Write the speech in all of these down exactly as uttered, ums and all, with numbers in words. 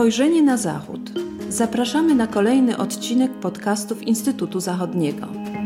Spojrzenie na Zachód. Zapraszamy na kolejny odcinek podcastów Instytutu Zachodniego.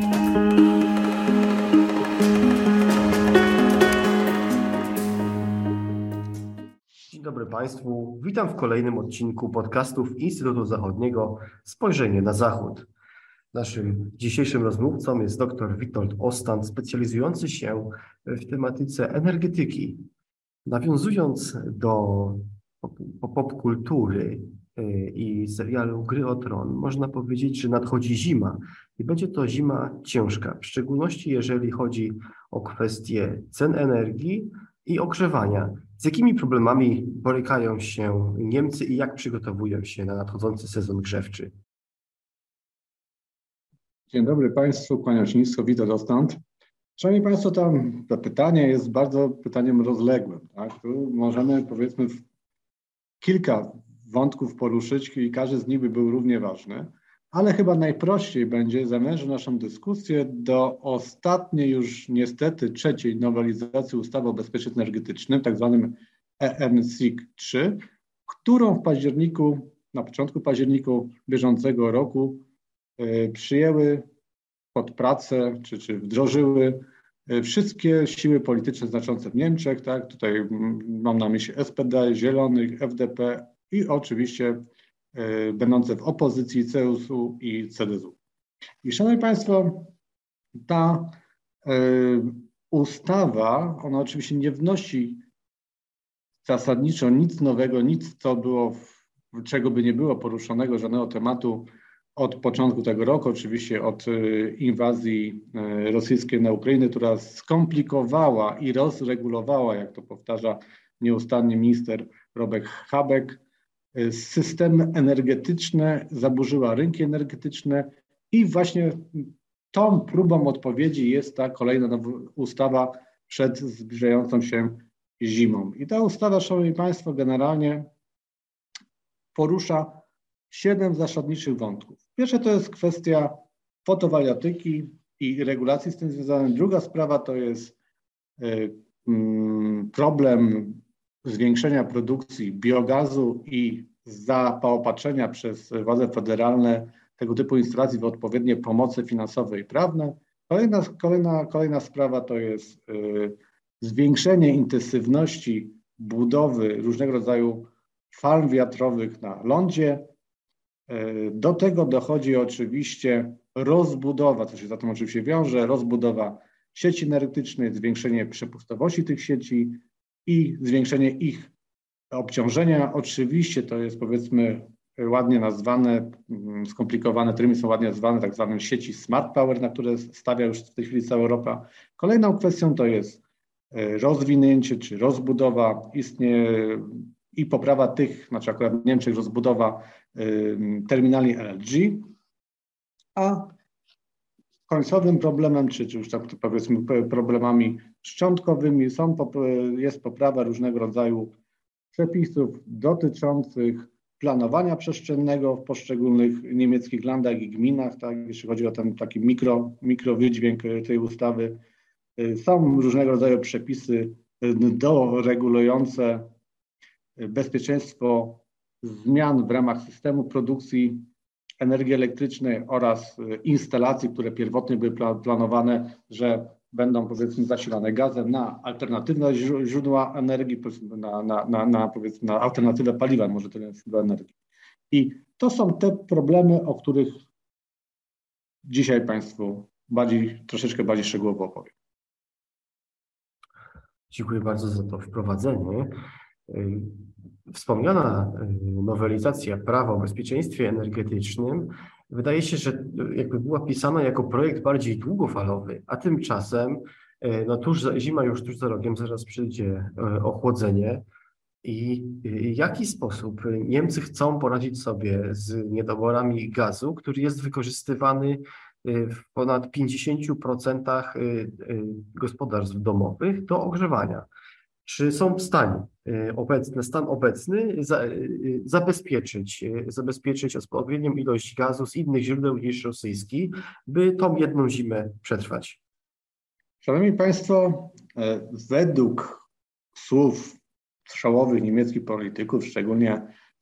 Dzień dobry Państwu. Witam w kolejnym odcinku podcastów Instytutu Zachodniego Spojrzenie na Zachód. Naszym dzisiejszym rozmówcą jest dr Witold Ostant, specjalizujący się w tematyce energetyki. Nawiązując do popkultury i serialu Gry o Tron, można powiedzieć, że nadchodzi zima i będzie to zima ciężka, w szczególności jeżeli chodzi o kwestie cen energii i ogrzewania. Z jakimi problemami borykają się Niemcy i jak przygotowują się na nadchodzący sezon grzewczy? Dzień dobry Państwu, kłaniam się nisko, Witold Ostant. Szanowni Państwo, tam to pytanie jest bardzo pytaniem rozległym. Tak? Tu możemy, powiedzmy, kilka wątków poruszyć i każdy z nich by był równie ważny, ale chyba najprościej będzie zawężyć naszą dyskusję do ostatniej już niestety trzeciej nowelizacji ustawy o bezpieczeństwie energetycznym, tak zwanym E N S I C trzy, którą w październiku, na początku październiku bieżącego roku y, przyjęły pod pracę, czy, czy wdrożyły y, wszystkie siły polityczne znaczące w Niemczech, tak? Tutaj m, mam na myśli S P D, Zielonych, F D P i oczywiście y, będące w opozycji C S U i C D S U. I szanowni Państwo, ta y, ustawa, ona oczywiście nie wnosi zasadniczo nic nowego, nic co było, w, czego by nie było poruszonego, żadnego tematu od początku tego roku, oczywiście od y, inwazji y, rosyjskiej na Ukrainę, która skomplikowała i rozregulowała, jak to powtarza nieustannie minister Robert Habeck, y, systemy energetyczne, zaburzyła rynki energetyczne i właśnie tą próbą odpowiedzi jest ta kolejna nowa ustawa przed zbliżającą się zimą. I ta ustawa, szanowni Państwo, generalnie porusza siedem zasadniczych wątków. Pierwsze to jest kwestia fotowoltaiki i regulacji z tym związanych. Druga sprawa to jest y, y, problem zwiększenia produkcji biogazu i zaopatrzenia przez władze federalne tego typu instalacji w odpowiednie pomocy finansowe i prawne. Kolejna, kolejna, kolejna sprawa to jest y, zwiększenie intensywności budowy różnego rodzaju farm wiatrowych na lądzie. Do tego dochodzi oczywiście rozbudowa, co się za tym oczywiście wiąże, rozbudowa sieci energetycznej, zwiększenie przepustowości tych sieci i zwiększenie ich obciążenia. Oczywiście to jest, powiedzmy, ładnie nazwane, skomplikowane terminy są ładnie nazwane tak zwane sieci smart power, na które stawia już w tej chwili cała Europa. Kolejną kwestią to jest rozwinięcie czy rozbudowa istnieje i poprawa tych, znaczy akurat w Niemczech rozbudowa y, terminali L N G, a końcowym problemem, czy, czy już tak powiedzmy problemami szczątkowymi są, jest poprawa różnego rodzaju przepisów dotyczących planowania przestrzennego w poszczególnych niemieckich landach i gminach, tak, jeśli chodzi o ten taki mikro, mikrowydźwięk tej ustawy. Są różnego rodzaju przepisy doregulujące bezpieczeństwo zmian w ramach systemu produkcji energii elektrycznej oraz instalacji, które pierwotnie były planowane, że będą, powiedzmy, zasilane gazem, na alternatywne źródła energii, na, na, na, na, powiedzmy, na alternatywę paliwa, może tyle źródła energii. I to są te problemy, o których dzisiaj Państwu bardziej, troszeczkę bardziej szczegółowo opowiem. Dziękuję bardzo za to wprowadzenie. Wspomniana nowelizacja prawa o bezpieczeństwie energetycznym wydaje się, że jakby była pisana jako projekt bardziej długofalowy, a tymczasem no tuż za, zima już tuż za rogiem, zaraz przyjdzie ochłodzenie. I w jaki sposób Niemcy chcą poradzić sobie z niedoborami gazu, który jest wykorzystywany w ponad pięćdziesięciu procentach gospodarstw domowych do ogrzewania? Czy są w stanie obecny, stan obecny za, zabezpieczyć, zabezpieczyć odpowiednią ilość gazu z innych źródeł niż rosyjski, by tą jedną zimę przetrwać? Szanowni Państwo, według słów strzałowych niemieckich polityków, szczególnie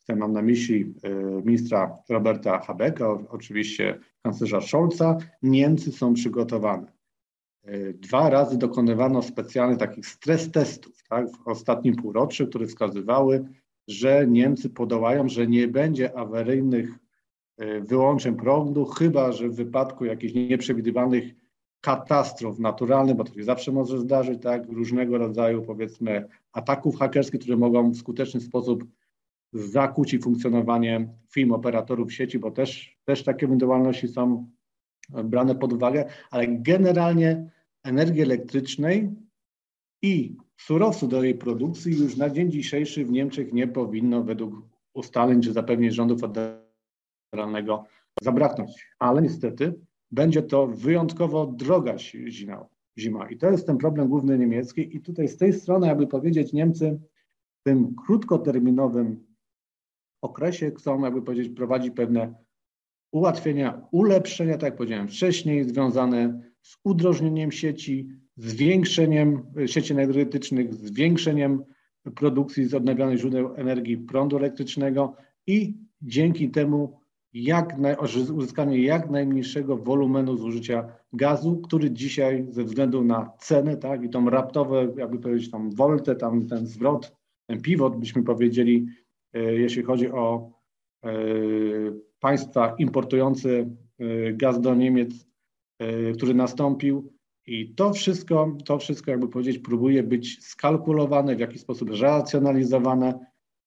tutaj mam na myśli ministra Roberta Habecka, oczywiście kanclerza Scholza, Niemcy są przygotowane. Dwa razy dokonywano specjalnych takich stres testów, tak, w ostatnim półroczu, które wskazywały, że Niemcy podołają, że nie będzie awaryjnych wyłączeń prądu, chyba że w wypadku jakichś nieprzewidywalnych katastrof naturalnych, bo to się zawsze może zdarzyć, tak, różnego rodzaju, powiedzmy, ataków hakerskich, które mogą w skuteczny sposób zakłócić funkcjonowanie firm, operatorów sieci, bo też, też takie ewentualności są brane pod uwagę, ale generalnie energii elektrycznej i surowców do jej produkcji już na dzień dzisiejszy w Niemczech nie powinno według ustaleń czy zapewnień rządu federalnego zabraknąć. Ale niestety będzie to wyjątkowo droga zima. zima. I to jest ten problem główny niemiecki. I tutaj z tej strony, jakby powiedzieć, Niemcy w tym krótkoterminowym okresie chcą, jakby powiedzieć, prowadzić pewne ułatwienia, ulepszenia, tak jak powiedziałem wcześniej, związane z udrożnieniem sieci, zwiększeniem sieci energetycznych, zwiększeniem produkcji z odnawialnych źródeł energii prądu elektrycznego i dzięki temu jak naj, uzyskanie jak najmniejszego wolumenu zużycia gazu, który dzisiaj ze względu na ceny, tak, i tą raptowe, jakby powiedzieć, tą woltę, tam ten zwrot, ten pivot, byśmy powiedzieli, e, jeśli chodzi o e, państwa importujące e, gaz do Niemiec, e, który nastąpił. I to wszystko, to wszystko, jakby powiedzieć, próbuje być skalkulowane, w jakiś sposób racjonalizowane,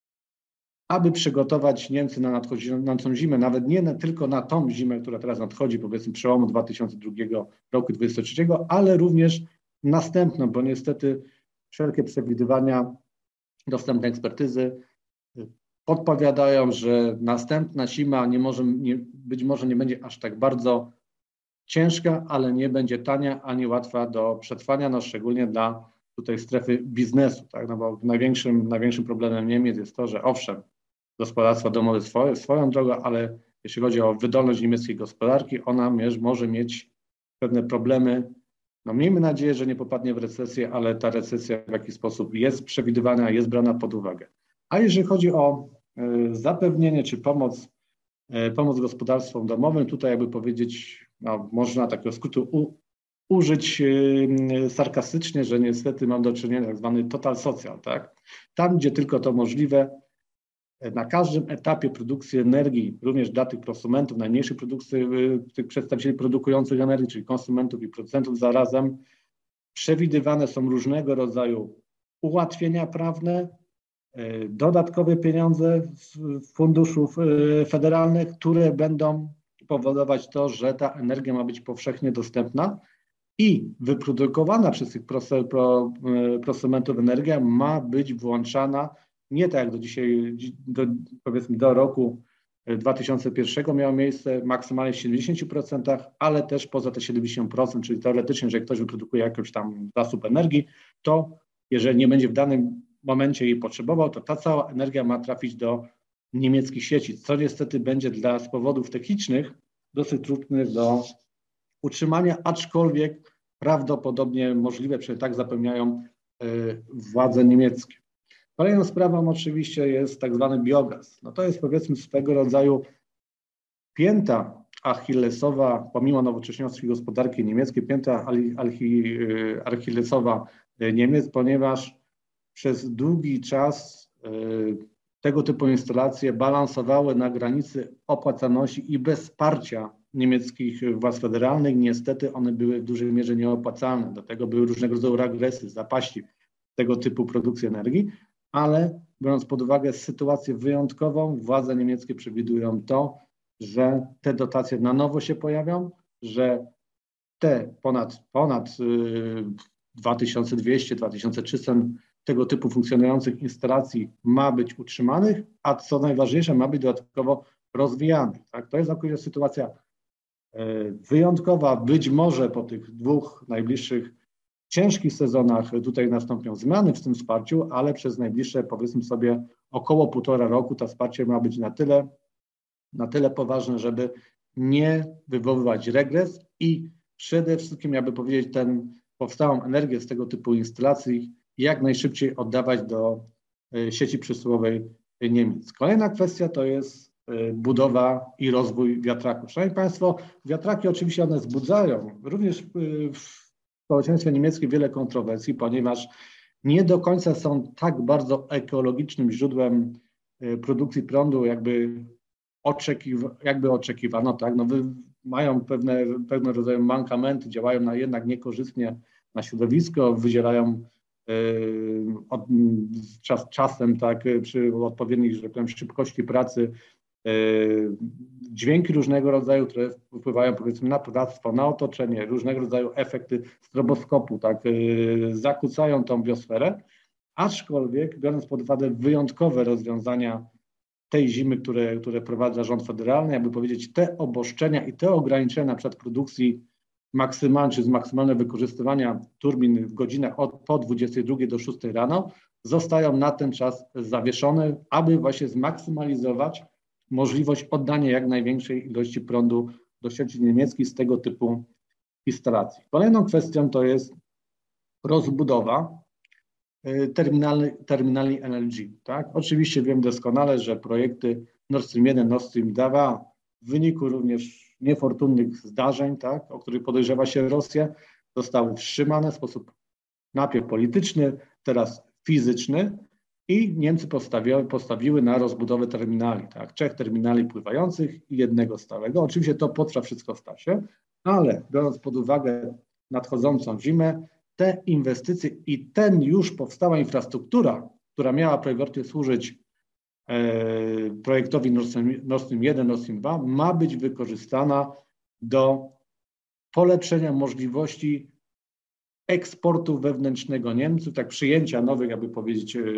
aby przygotować Niemcy na nadchodzącą zimę, nawet nie na, tylko na tą zimę, która teraz nadchodzi, powiedzmy przełomu dwa tysiące drugiego roku dwudziestego trzeciego, ale również następną, bo niestety wszelkie przewidywania, dostępne ekspertyzy podpowiadają, że następna zima nie może, nie, być może nie będzie aż tak bardzo ciężka, ale nie będzie tania ani łatwa do przetrwania, no szczególnie dla tutaj strefy biznesu, tak? No bo największym, największym problemem Niemiec jest to, że owszem, gospodarstwa domowe swoje, swoją drogą, ale jeśli chodzi o wydolność niemieckiej gospodarki, ona mierz, może mieć pewne problemy. No miejmy nadzieję, że nie popadnie w recesję, ale ta recesja w jakiś sposób jest przewidywana, jest brana pod uwagę. A jeżeli chodzi o y, zapewnienie czy pomoc, y, pomoc gospodarstwom domowym, tutaj jakby powiedzieć, no, można takiego skrótu u, użyć y, sarkastycznie, że niestety mam do czynienia z tak zwany total social, tak? Tam, gdzie tylko to możliwe, na każdym etapie produkcji energii, również dla tych prosumentów, najmniejszych produkcji, tych przedstawicieli produkujących energii, czyli konsumentów i producentów zarazem, przewidywane są różnego rodzaju ułatwienia prawne, dodatkowe pieniądze z funduszów federalnych, które będą powodować to, że ta energia ma być powszechnie dostępna i wyprodukowana przez tych prosumentów energia ma być włączana nie tak jak do dzisiaj, do, powiedzmy do roku dwa tysiące pierwszego miało miejsce maksymalnie w siedemdziesięciu procentach, ale też poza te siedemdziesiąt procent, czyli teoretycznie, jeżeli ktoś wyprodukuje jakiś tam zasób energii, to jeżeli nie będzie w danym momencie jej potrzebował, to ta cała energia ma trafić do niemieckich sieci, co niestety będzie dla z powodów technicznych dosyć trudne do utrzymania, aczkolwiek prawdopodobnie możliwe, przecież tak zapewniają y, władze niemieckie. Kolejną sprawą oczywiście jest tak zwany biogaz. No to jest powiedzmy swego rodzaju pięta achillesowa, pomimo nowocześności gospodarki niemieckiej, pięta achillesowa Niemiec, ponieważ przez długi czas tego typu instalacje balansowały na granicy opłacalności i bez wsparcia niemieckich władz federalnych. Niestety one były w dużej mierze nieopłacalne. Do tego były różnego rodzaju regresy, zapaści tego typu produkcji energii. Ale biorąc pod uwagę sytuację wyjątkową, władze niemieckie przewidują to, że te dotacje na nowo się pojawią, że te ponad, ponad dwa tysiące dwieście do dwa tysiące trzysta tego typu funkcjonujących instalacji ma być utrzymanych, a co najważniejsze, ma być dodatkowo rozwijanych. Tak? To jest akurat sytuacja wyjątkowa. Być może po tych dwóch najbliższych ciężkich sezonach tutaj nastąpią zmiany w tym wsparciu, ale przez najbliższe, powiedzmy sobie, około półtora roku to wsparcie ma być na tyle, na tyle poważne, żeby nie wywoływać regres i przede wszystkim, jakby powiedzieć, tę powstałą energię z tego typu instalacji jak najszybciej oddawać do sieci przesyłowej Niemiec. Kolejna kwestia to jest budowa i rozwój wiatraków. Szanowni Państwo, wiatraki oczywiście one wzbudzają również w społeczeństwie niemieckim wiele kontrowersji, ponieważ nie do końca są tak bardzo ekologicznym źródłem produkcji prądu, jakby, oczekiwa, jakby oczekiwano. Tak? No, mają pewne, pewne rodzaje mankamenty, działają na, jednak niekorzystnie na środowisko, wydzielają yy, od, czas, czasem tak, przy odpowiednich, że tak powiem, szybkości pracy yy, dźwięki różnego rodzaju, które wpływają powiedzmy na ptactwo, na otoczenie, różnego rodzaju efekty stroboskopu, tak, yy, zakłócają tą biosferę, aczkolwiek biorąc pod uwagę wyjątkowe rozwiązania tej zimy, które, które prowadza rząd federalny, jakby powiedzieć, te obostrzenia i te ograniczenia na przykład produkcji maksymalnej, czy z maksymalnego wykorzystywania turbin w godzinach od po dwudziestej drugiej do szóstej rano zostają na ten czas zawieszone, aby właśnie zmaksymalizować możliwość oddania jak największej ilości prądu do sieci niemieckiej z tego typu instalacji. Kolejną kwestią to jest rozbudowa terminali, terminali N L G. Tak? Oczywiście wiem doskonale, że projekty Nord Stream jeden, Nord Stream dwa w wyniku również niefortunnych zdarzeń, tak, o których podejrzewa się Rosję, zostały wstrzymane w sposób najpierw polityczny, teraz fizyczny i Niemcy postawiły, postawiły na rozbudowę terminali, tak, trzech terminali pływających i jednego stałego. Oczywiście to potrwa wszystko w czasie, ale biorąc pod uwagę nadchodzącą zimę, te inwestycje i ten już powstała infrastruktura, która miała pierwotnie służyć e, projektowi Nord Stream, Nord Stream jeden, Nord Stream dwa, ma być wykorzystana do polepszenia możliwości eksportu wewnętrznego Niemców, tak przyjęcia nowych, jakby powiedzieć, e,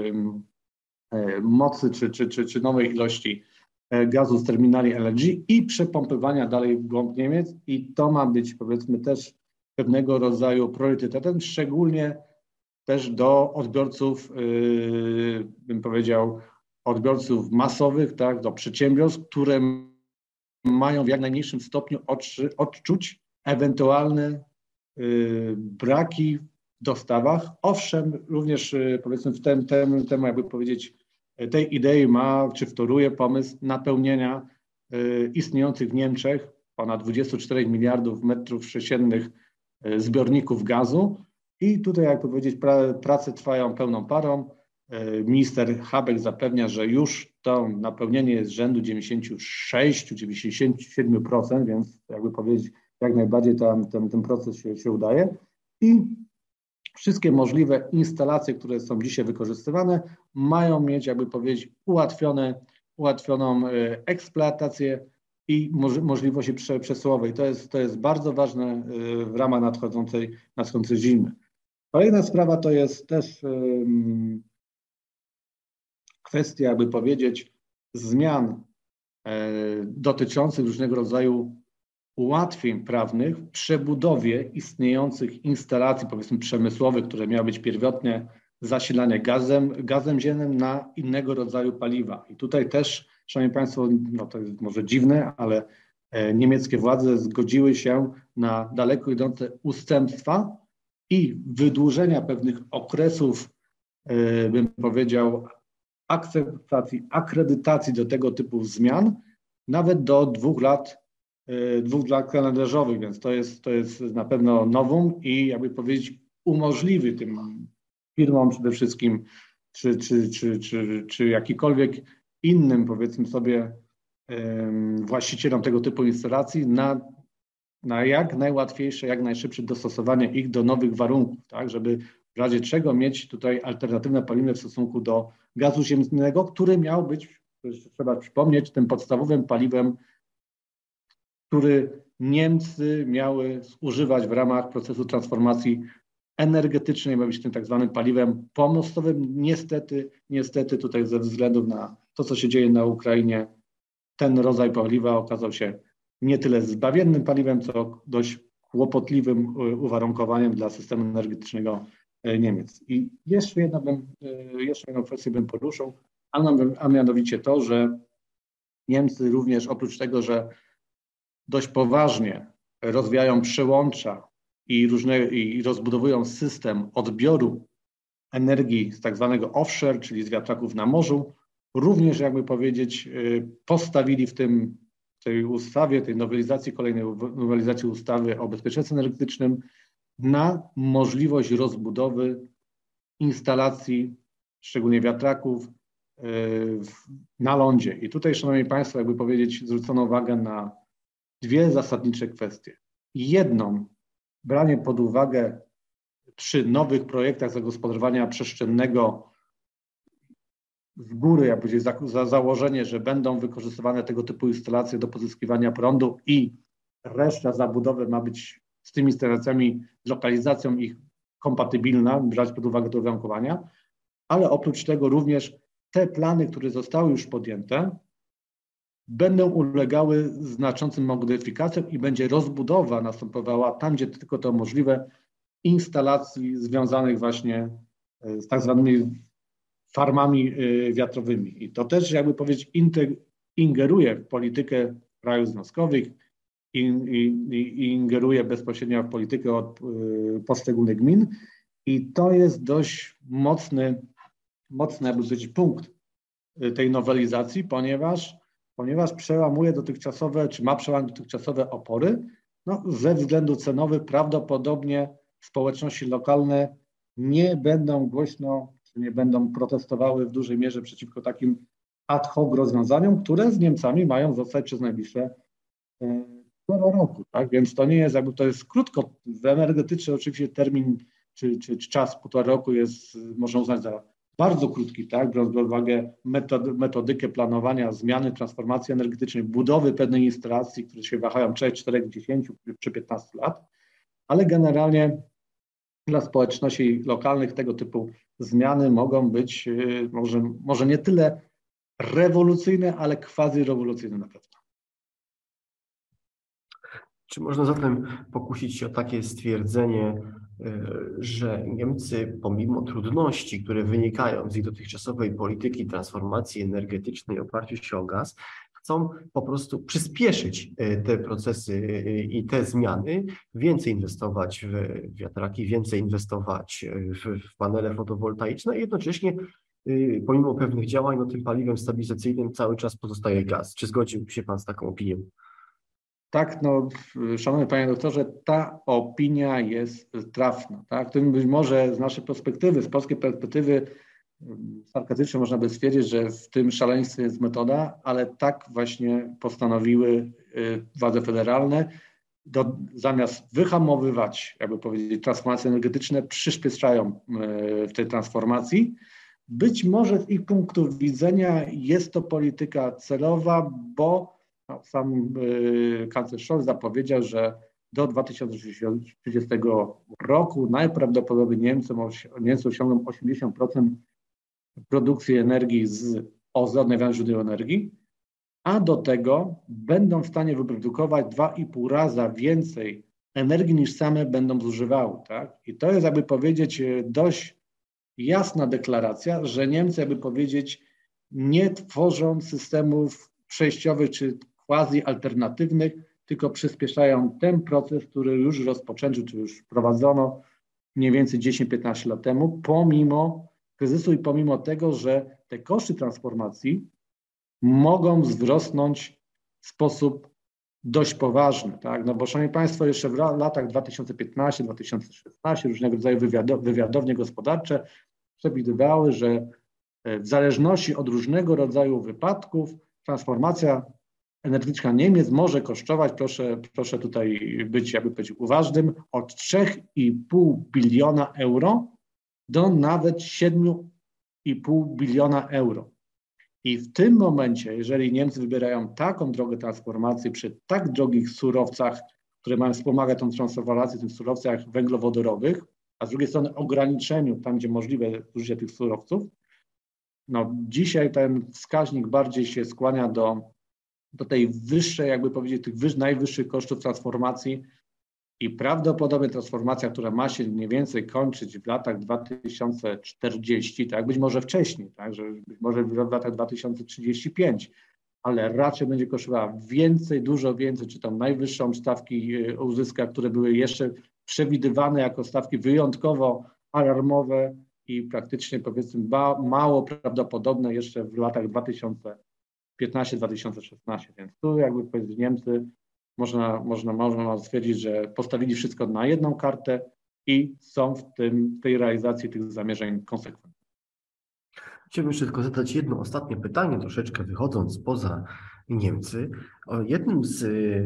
e, mocy czy, czy, czy, czy nowej ilości e, gazu z terminali L N G i przepompywania dalej w głąb Niemiec i to ma być powiedzmy też pewnego rodzaju priorytetem, szczególnie też do odbiorców, yy, bym powiedział, odbiorców masowych, tak, do przedsiębiorstw, które mają w jak najmniejszym stopniu odczy, odczuć ewentualne yy, braki w dostawach. Owszem, również yy, powiedzmy w tym, tym, tym, jakby powiedzieć, tej idei ma, czy wtoruje pomysł napełnienia yy, istniejących w Niemczech ponad dwadzieścia cztery miliardów metrów sześciennych zbiorników gazu i tutaj, jak powiedzieć, pra, prace trwają pełną parą. Minister Habeck zapewnia, że już to napełnienie jest z rzędu dziewięćdziesiąt sześć do dziewięćdziesięciu siedmiu procent, więc jakby powiedzieć, jak najbardziej tam, ten, ten proces się, się udaje i wszystkie możliwe instalacje, które są dzisiaj wykorzystywane, mają mieć, jakby powiedzieć, ułatwione, ułatwioną eksploatację i możliwości przesyłowej. To jest, to jest bardzo ważne w ramach nadchodzącej, nadchodzącej zimy. Kolejna sprawa to jest też um, kwestia, jakby powiedzieć, zmian e, dotyczących różnego rodzaju ułatwień prawnych w przebudowie istniejących instalacji, powiedzmy, przemysłowych, które miały być pierwotnie zasilane gazem, gazem ziemnym na innego rodzaju paliwa. I tutaj też, szanowni Państwo, no to jest może dziwne, ale e, niemieckie władze zgodziły się na daleko idące ustępstwa i wydłużenia pewnych okresów, e, bym powiedział, akceptacji, akredytacji do tego typu zmian, nawet do dwóch lat, e, dwóch lat kalendarzowych, więc to jest, to jest na pewno novum i jakby powiedzieć umożliwi tym firmom przede wszystkim, czy, czy, czy, czy, czy jakikolwiek innym, powiedzmy sobie, właścicielom tego typu instalacji na, na jak najłatwiejsze, jak najszybsze dostosowanie ich do nowych warunków, tak, żeby w razie czego mieć tutaj alternatywne paliwo w stosunku do gazu ziemnego, który miał być, trzeba przypomnieć, tym podstawowym paliwem, który Niemcy miały używać w ramach procesu transformacji energetycznej, ma być tym tak zwanym paliwem pomostowym. Niestety, niestety tutaj ze względu na to, co się dzieje na Ukrainie, ten rodzaj paliwa okazał się nie tyle zbawiennym paliwem, co dość kłopotliwym uwarunkowaniem dla systemu energetycznego Niemiec. I jeszcze, jedna bym, jeszcze jedną kwestię bym poruszył, a mianowicie to, że Niemcy również oprócz tego, że dość poważnie rozwijają przełącza i, różne, i rozbudowują system odbioru energii z tak zwanego offshore, czyli z wiatraków na morzu, również, jakby powiedzieć, postawili w tym, w tej ustawie, tej nowelizacji, kolejnej nowelizacji ustawy o bezpieczeństwie energetycznym na możliwość rozbudowy instalacji, szczególnie wiatraków, na lądzie. I tutaj, Szanowni Państwo, jakby powiedzieć, zwrócono uwagę na dwie zasadnicze kwestie. Jedną, branie pod uwagę przy nowych projektach zagospodarowania przestrzennego z góry, jak powiedzieć, za, za założenie, że będą wykorzystywane tego typu instalacje do pozyskiwania prądu i reszta zabudowy ma być z tymi instalacjami, z lokalizacją ich kompatybilna, brać pod uwagę do uwarunkowania, ale oprócz tego również te plany, które zostały już podjęte, będą ulegały znaczącym modyfikacjom i będzie rozbudowa następowała tam, gdzie tylko to możliwe, instalacji związanych właśnie z tak zwanymi farmami wiatrowymi. I to też, jakby powiedzieć, ingeruje w politykę krajów związkowych i, i, i ingeruje bezpośrednio w politykę od poszczególnych gmin. I to jest dość mocny, mocny jakby powiedzieć, punkt tej nowelizacji, ponieważ, ponieważ przełamuje dotychczasowe, czy ma przełamać dotychczasowe opory, no, ze względu cenowy prawdopodobnie społeczności lokalne nie będą głośno, czy nie będą protestowały w dużej mierze przeciwko takim ad hoc rozwiązaniom, które z Niemcami mają zostać przez najbliższe półtora roku. Tak? Więc to nie jest jakby, to jest krótko, w energetyce oczywiście termin czy, czy, czy czas półtora roku jest, można uznać za bardzo krótki, tak? Biorąc pod uwagę metody, metodykę planowania, zmiany, transformacji energetycznej, budowy pewnej instalacji, które się wahają trzech, czterech, dziesięciu czy piętnastu lat, ale generalnie dla społeczności lokalnych tego typu zmiany mogą być może, może nie tyle rewolucyjne, ale quasi-rewolucyjne na pewno. Czy można zatem pokusić się o takie stwierdzenie, że Niemcy pomimo trudności, które wynikają z ich dotychczasowej polityki transformacji energetycznej i oparciu się o gaz, chcą po prostu przyspieszyć te procesy i te zmiany, więcej inwestować w wiatraki, więcej inwestować w, w panele fotowoltaiczne i jednocześnie pomimo pewnych działań, no tym paliwem stabilizacyjnym cały czas pozostaje gaz. Czy zgodził się Pan z taką opinią? Tak, no, szanowny Panie Doktorze, ta opinia jest trafna. Tak? To być może z naszej perspektywy, z polskiej perspektywy sarkastycznie można by stwierdzić, że w tym szaleństwie jest metoda, ale tak właśnie postanowiły władze federalne. Do, zamiast wyhamowywać, jakby powiedzieć, transformacje energetyczne, przyspieszają w tej transformacji. Być może z ich punktu widzenia jest to polityka celowa, bo no, sam y, kanclerz Scholz zapowiedział, że do dwa tysiące trzydziestego roku najprawdopodobniej Niemcy, Niemcy osiągną osiemdziesiąt procent produkcji energii z O Z E, odnawialnych źródeł energii, a do tego będą w stanie wyprodukować dwa i pół raza więcej energii niż same będą zużywały. Tak? I to jest, jakby powiedzieć, dość jasna deklaracja, że Niemcy, jakby powiedzieć, nie tworzą systemów przejściowych czy quasi alternatywnych, tylko przyspieszają ten proces, który już rozpoczęto, czy już prowadzono mniej więcej dziesięć piętnaście lat temu, pomimo kryzysu i pomimo tego, że te koszty transformacji mogą wzrosnąć w sposób dość poważny. Tak? No bo, szanowni Państwo, jeszcze w latach dwa tysiące piętnastym do dwa tysiące szesnastego różnego rodzaju wywiado- wywiadownie gospodarcze przewidywały, że w zależności od różnego rodzaju wypadków transformacja energetyczna Niemiec może kosztować, proszę, proszę tutaj być, jakby powiedzieć, uważnym, od trzy i pół biliona euro do nawet siedem i pół biliona euro. I w tym momencie, jeżeli Niemcy wybierają taką drogę transformacji przy tak drogich surowcach, które mają wspomagać tą transformację w tych surowcach węglowodorowych, a z drugiej strony ograniczeniu tam, gdzie możliwe zużycie tych surowców, no dzisiaj ten wskaźnik bardziej się skłania do, do tej wyższej, jakby powiedzieć, tych wyż, najwyższych kosztów transformacji i prawdopodobnie transformacja, która ma się mniej więcej kończyć w latach dwa tysiące czterdziestym, tak, być może wcześniej, tak, że być może w latach dwa tysiące trzydziestym piątym, ale raczej będzie kosztowała więcej, dużo więcej, czy tam najwyższą stawki uzyska, które były jeszcze przewidywane jako stawki wyjątkowo alarmowe i praktycznie powiedzmy ba, mało prawdopodobne jeszcze w latach dwa tysiące piętnastym do dwa tysiące szesnastego. Więc tu jakby powiedzieć Niemcy można, można, można stwierdzić, że postawili wszystko na jedną kartę i są w, tym, w tej realizacji tych zamierzeń konsekwentni. Chciałbym jeszcze tylko zadać jedno ostatnie pytanie, troszeczkę wychodząc poza Niemcy. O jednym z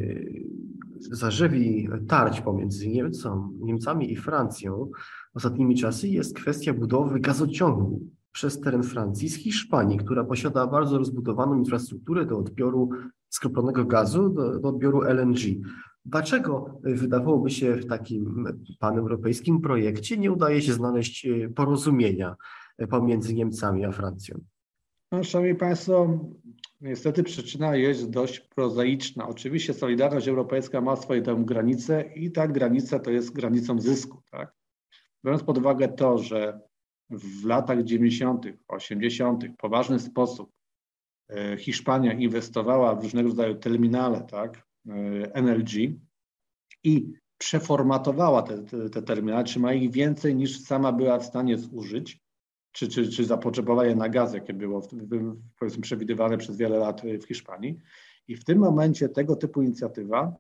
zarzewi tarć pomiędzy Niemcom, Niemcami i Francją ostatnimi czasy jest kwestia budowy gazociągu przez teren Francji z Hiszpanii, która posiada bardzo rozbudowaną infrastrukturę do odbioru skroplonego gazu, do, do odbioru L N G. Dlaczego wydawałoby się w takim paneuropejskim projekcie nie udaje się znaleźć porozumienia pomiędzy Niemcami a Francją? No, szanowni Państwo, niestety przyczyna jest dość prozaiczna. Oczywiście Solidarność Europejska ma swoje tam granice i ta granica to jest granicą zysku. Tak? Biorąc pod uwagę to, że w latach dziewięćdziesiątych, osiemdziesiątych w poważny sposób Hiszpania inwestowała w różnego rodzaju terminale, tak, N L G i przeformatowała te, te, te terminale, czy ma ich więcej niż sama była w stanie zużyć, czy, czy, czy zapotrzebowanie na gaz, jakie było w, w, powiedzmy przewidywane przez wiele lat w Hiszpanii. I w tym momencie tego typu inicjatywa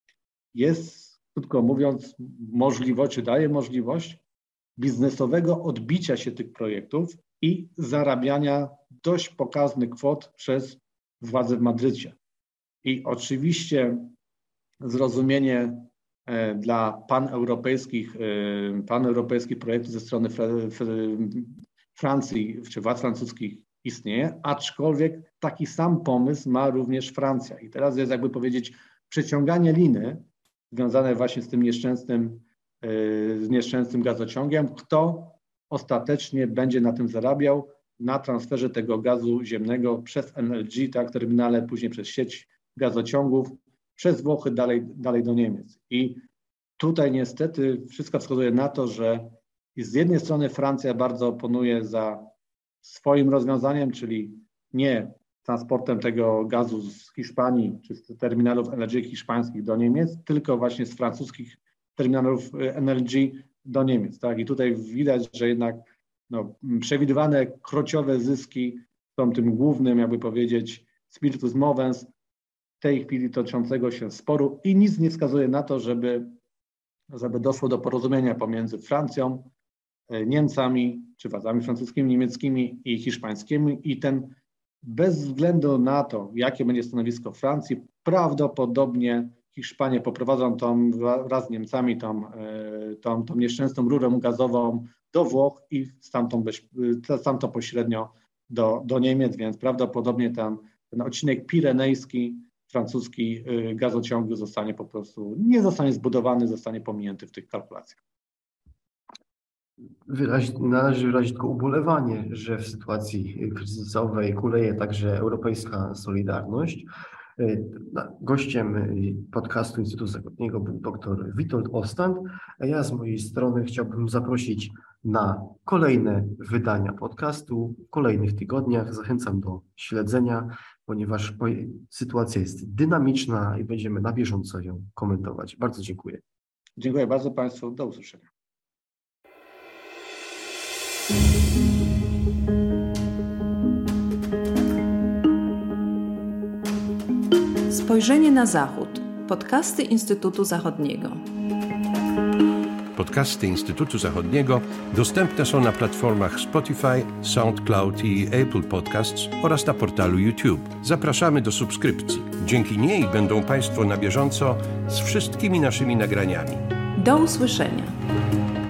jest, krótko mówiąc, możliwość, czy daje możliwość biznesowego odbicia się tych projektów i zarabiania dość pokaźnych kwot przez władze w Madrycie. I oczywiście zrozumienie dla paneuropejskich, paneuropejskich projektów ze strony Francji czy władz francuskich istnieje, aczkolwiek taki sam pomysł ma również Francja. I teraz jest, jakby powiedzieć, przeciąganie liny związane właśnie z tym nieszczęsnym, z nieszczęsnym gazociągiem. Kto ostatecznie będzie na tym zarabiał, na transferze tego gazu ziemnego przez N L G, tak, terminale, później przez sieć gazociągów, przez Włochy dalej, dalej do Niemiec. I tutaj niestety wszystko wskazuje na to, że z jednej strony Francja bardzo oponuje za swoim rozwiązaniem, czyli nie transportem tego gazu z Hiszpanii czy z terminalów N L G hiszpańskich do Niemiec, tylko właśnie z francuskich terminalów N L G do Niemiec. Tak? I tutaj widać, że jednak no, przewidywane krociowe zyski są tym głównym, jakby powiedzieć, spiritus movens w tej chwili toczącego się sporu i nic nie wskazuje na to, żeby, żeby doszło do porozumienia pomiędzy Francją, Niemcami, czy władzami francuskimi, niemieckimi i hiszpańskimi i ten bez względu na to, jakie będzie stanowisko Francji, prawdopodobnie Hiszpanie poprowadzą tą, wraz z Niemcami tą, tą, tą nieszczęsną rurę gazową do Włoch i stamtąd, stamtąd pośrednio do, do Niemiec, więc prawdopodobnie tam ten odcinek pirenejski, francuski gazociągu zostanie po prostu, nie zostanie zbudowany, zostanie pominięty w tych kalkulacjach. Wyraź, należy wyrazić tylko ubolewanie, że w sytuacji kryzysowej kuleje także europejska solidarność. Gościem podcastu Instytutu Zachodniego był dr Witold Ostand, a ja z mojej strony chciałbym zaprosić na kolejne wydania podcastu w kolejnych tygodniach. Zachęcam do śledzenia, ponieważ sytuacja jest dynamiczna i będziemy na bieżąco ją komentować. Bardzo dziękuję. Dziękuję bardzo Państwu. Do usłyszenia. Spojrzenie na Zachód. Podcasty Instytutu Zachodniego. Podcasty Instytutu Zachodniego dostępne są na platformach Spotify, SoundCloud i Apple Podcasts oraz na portalu YouTube. Zapraszamy do subskrypcji. Dzięki niej będą Państwo na bieżąco z wszystkimi naszymi nagraniami. Do usłyszenia.